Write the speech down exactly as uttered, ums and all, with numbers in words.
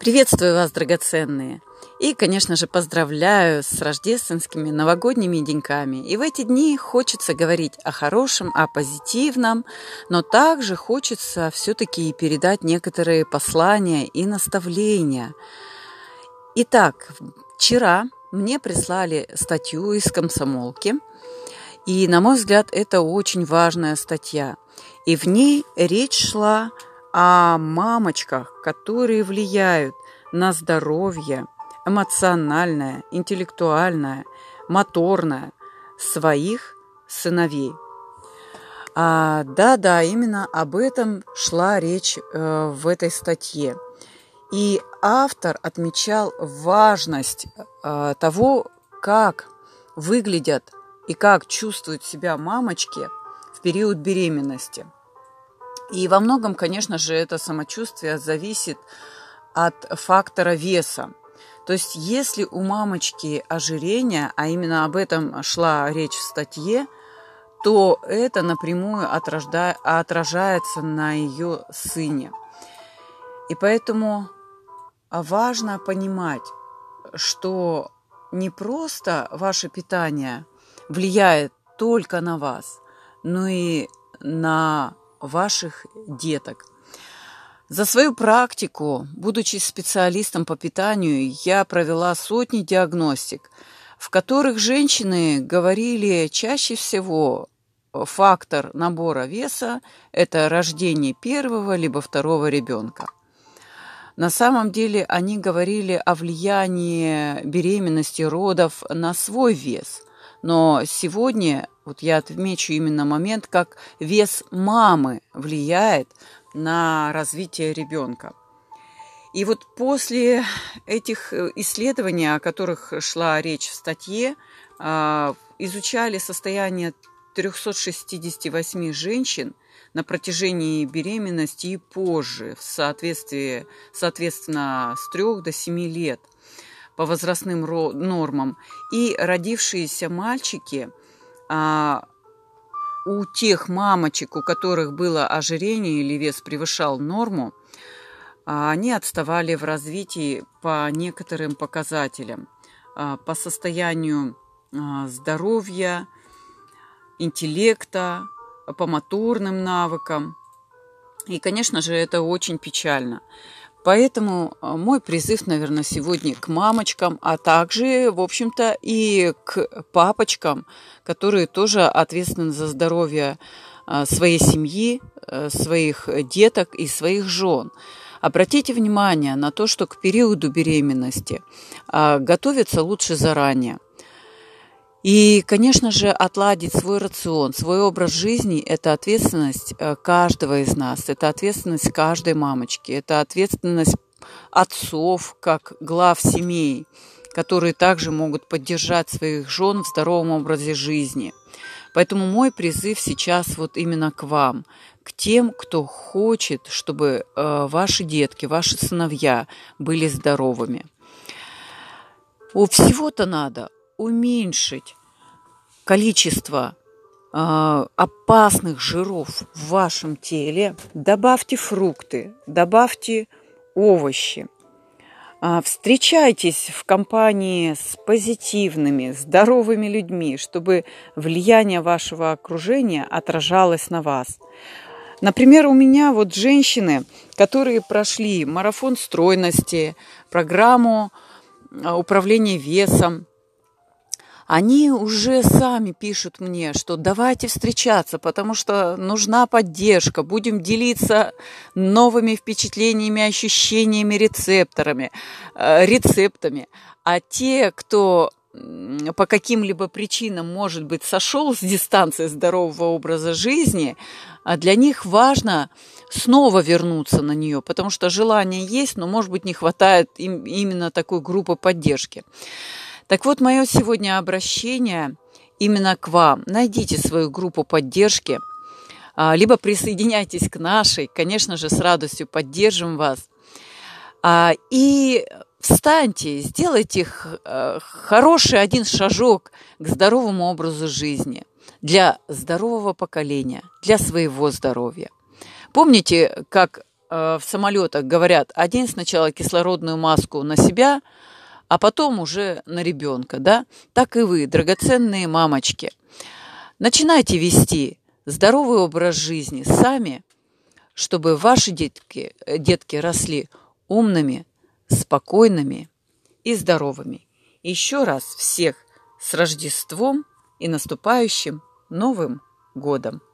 Приветствую вас, драгоценные! И, конечно же, поздравляю с рождественскими новогодними деньками. И в эти дни хочется говорить о хорошем, о позитивном, но также хочется все-таки и передать некоторые послания и наставления. Итак, вчера мне прислали статью из «Комсомолки», и, на мой взгляд, это очень важная статья. И в ней речь шла о мамочках, которые влияют на здоровье эмоциональное, интеллектуальное, моторное своих сыновей. А, да-да, именно об этом шла речь э, в этой статье. И автор отмечал важность э, того, как выглядят и как чувствуют себя мамочки в период беременности. И во многом, конечно же, это самочувствие зависит от фактора веса. То есть, если у мамочки ожирение, а именно об этом шла речь в статье, то это напрямую отражда... отражается на ее сыне. И поэтому важно понимать, что не просто ваше питание влияет только на вас, но и на ваших деток. За свою практику, будучи специалистом по питанию, я провела сотни диагностик, в которых женщины говорили чаще всего фактор набора веса – это рождение первого либо второго ребенка. На самом деле они говорили о влиянии беременности, родов на свой вес. Но сегодня вот я отмечу именно момент, как вес мамы влияет на развитие ребенка. И вот после этих исследований, о которых шла речь в статье, изучали состояние триста шестьдесят восемь женщин на протяжении беременности и позже, в соответствии, соответственно, с трёх до семи лет по возрастным нормам. И родившиеся мальчики, у тех мамочек, у которых было ожирение или вес превышал норму, они отставали в развитии по некоторым показателям, по состоянию здоровья, интеллекта, по моторным навыкам. И, конечно же, это очень печально. Поэтому мой призыв, наверное, сегодня к мамочкам, а также, в общем-то, и к папочкам, которые тоже ответственны за здоровье своей семьи, своих деток и своих жен. Обратите внимание на то, что к периоду беременности готовиться лучше заранее. И, конечно же, отладить свой рацион, свой образ жизни – это ответственность каждого из нас, это ответственность каждой мамочки, это ответственность отцов, как глав семей, которые также могут поддержать своих жен в здоровом образе жизни. Поэтому мой призыв сейчас вот именно к вам, к тем, кто хочет, чтобы ваши детки, ваши сыновья были здоровыми. У всего-то надо уменьшить количество э, опасных жиров в вашем теле. Добавьте фрукты, добавьте овощи. Э, встречайтесь в компании с позитивными, здоровыми людьми, чтобы влияние вашего окружения отражалось на вас. Например, у меня вот женщины, которые прошли марафон стройности, программу управления весом, они уже сами пишут мне, что давайте встречаться, потому что нужна поддержка, будем делиться новыми впечатлениями, ощущениями, рецепторами, э, рецептами. А те, кто по каким-либо причинам, может быть, сошел с дистанции здорового образа жизни, для них важно снова вернуться на нее, потому что желание есть, но, может быть, не хватает им именно такой группы поддержки. Так вот, мое сегодня обращение именно к вам. Найдите свою группу поддержки, либо присоединяйтесь к нашей, конечно же, с радостью поддержим вас. И встаньте, сделайте хороший один шажок к здоровому образу жизни для здорового поколения, для своего здоровья. Помните, как э, в самолетах говорят: одень сначала кислородную маску на себя, а потом уже на ребенка, да? Так и вы, драгоценные мамочки, начинайте вести здоровый образ жизни сами, чтобы ваши детки, детки росли умными, спокойными и здоровыми. Еще раз всех с Рождеством и наступающим Новым годом!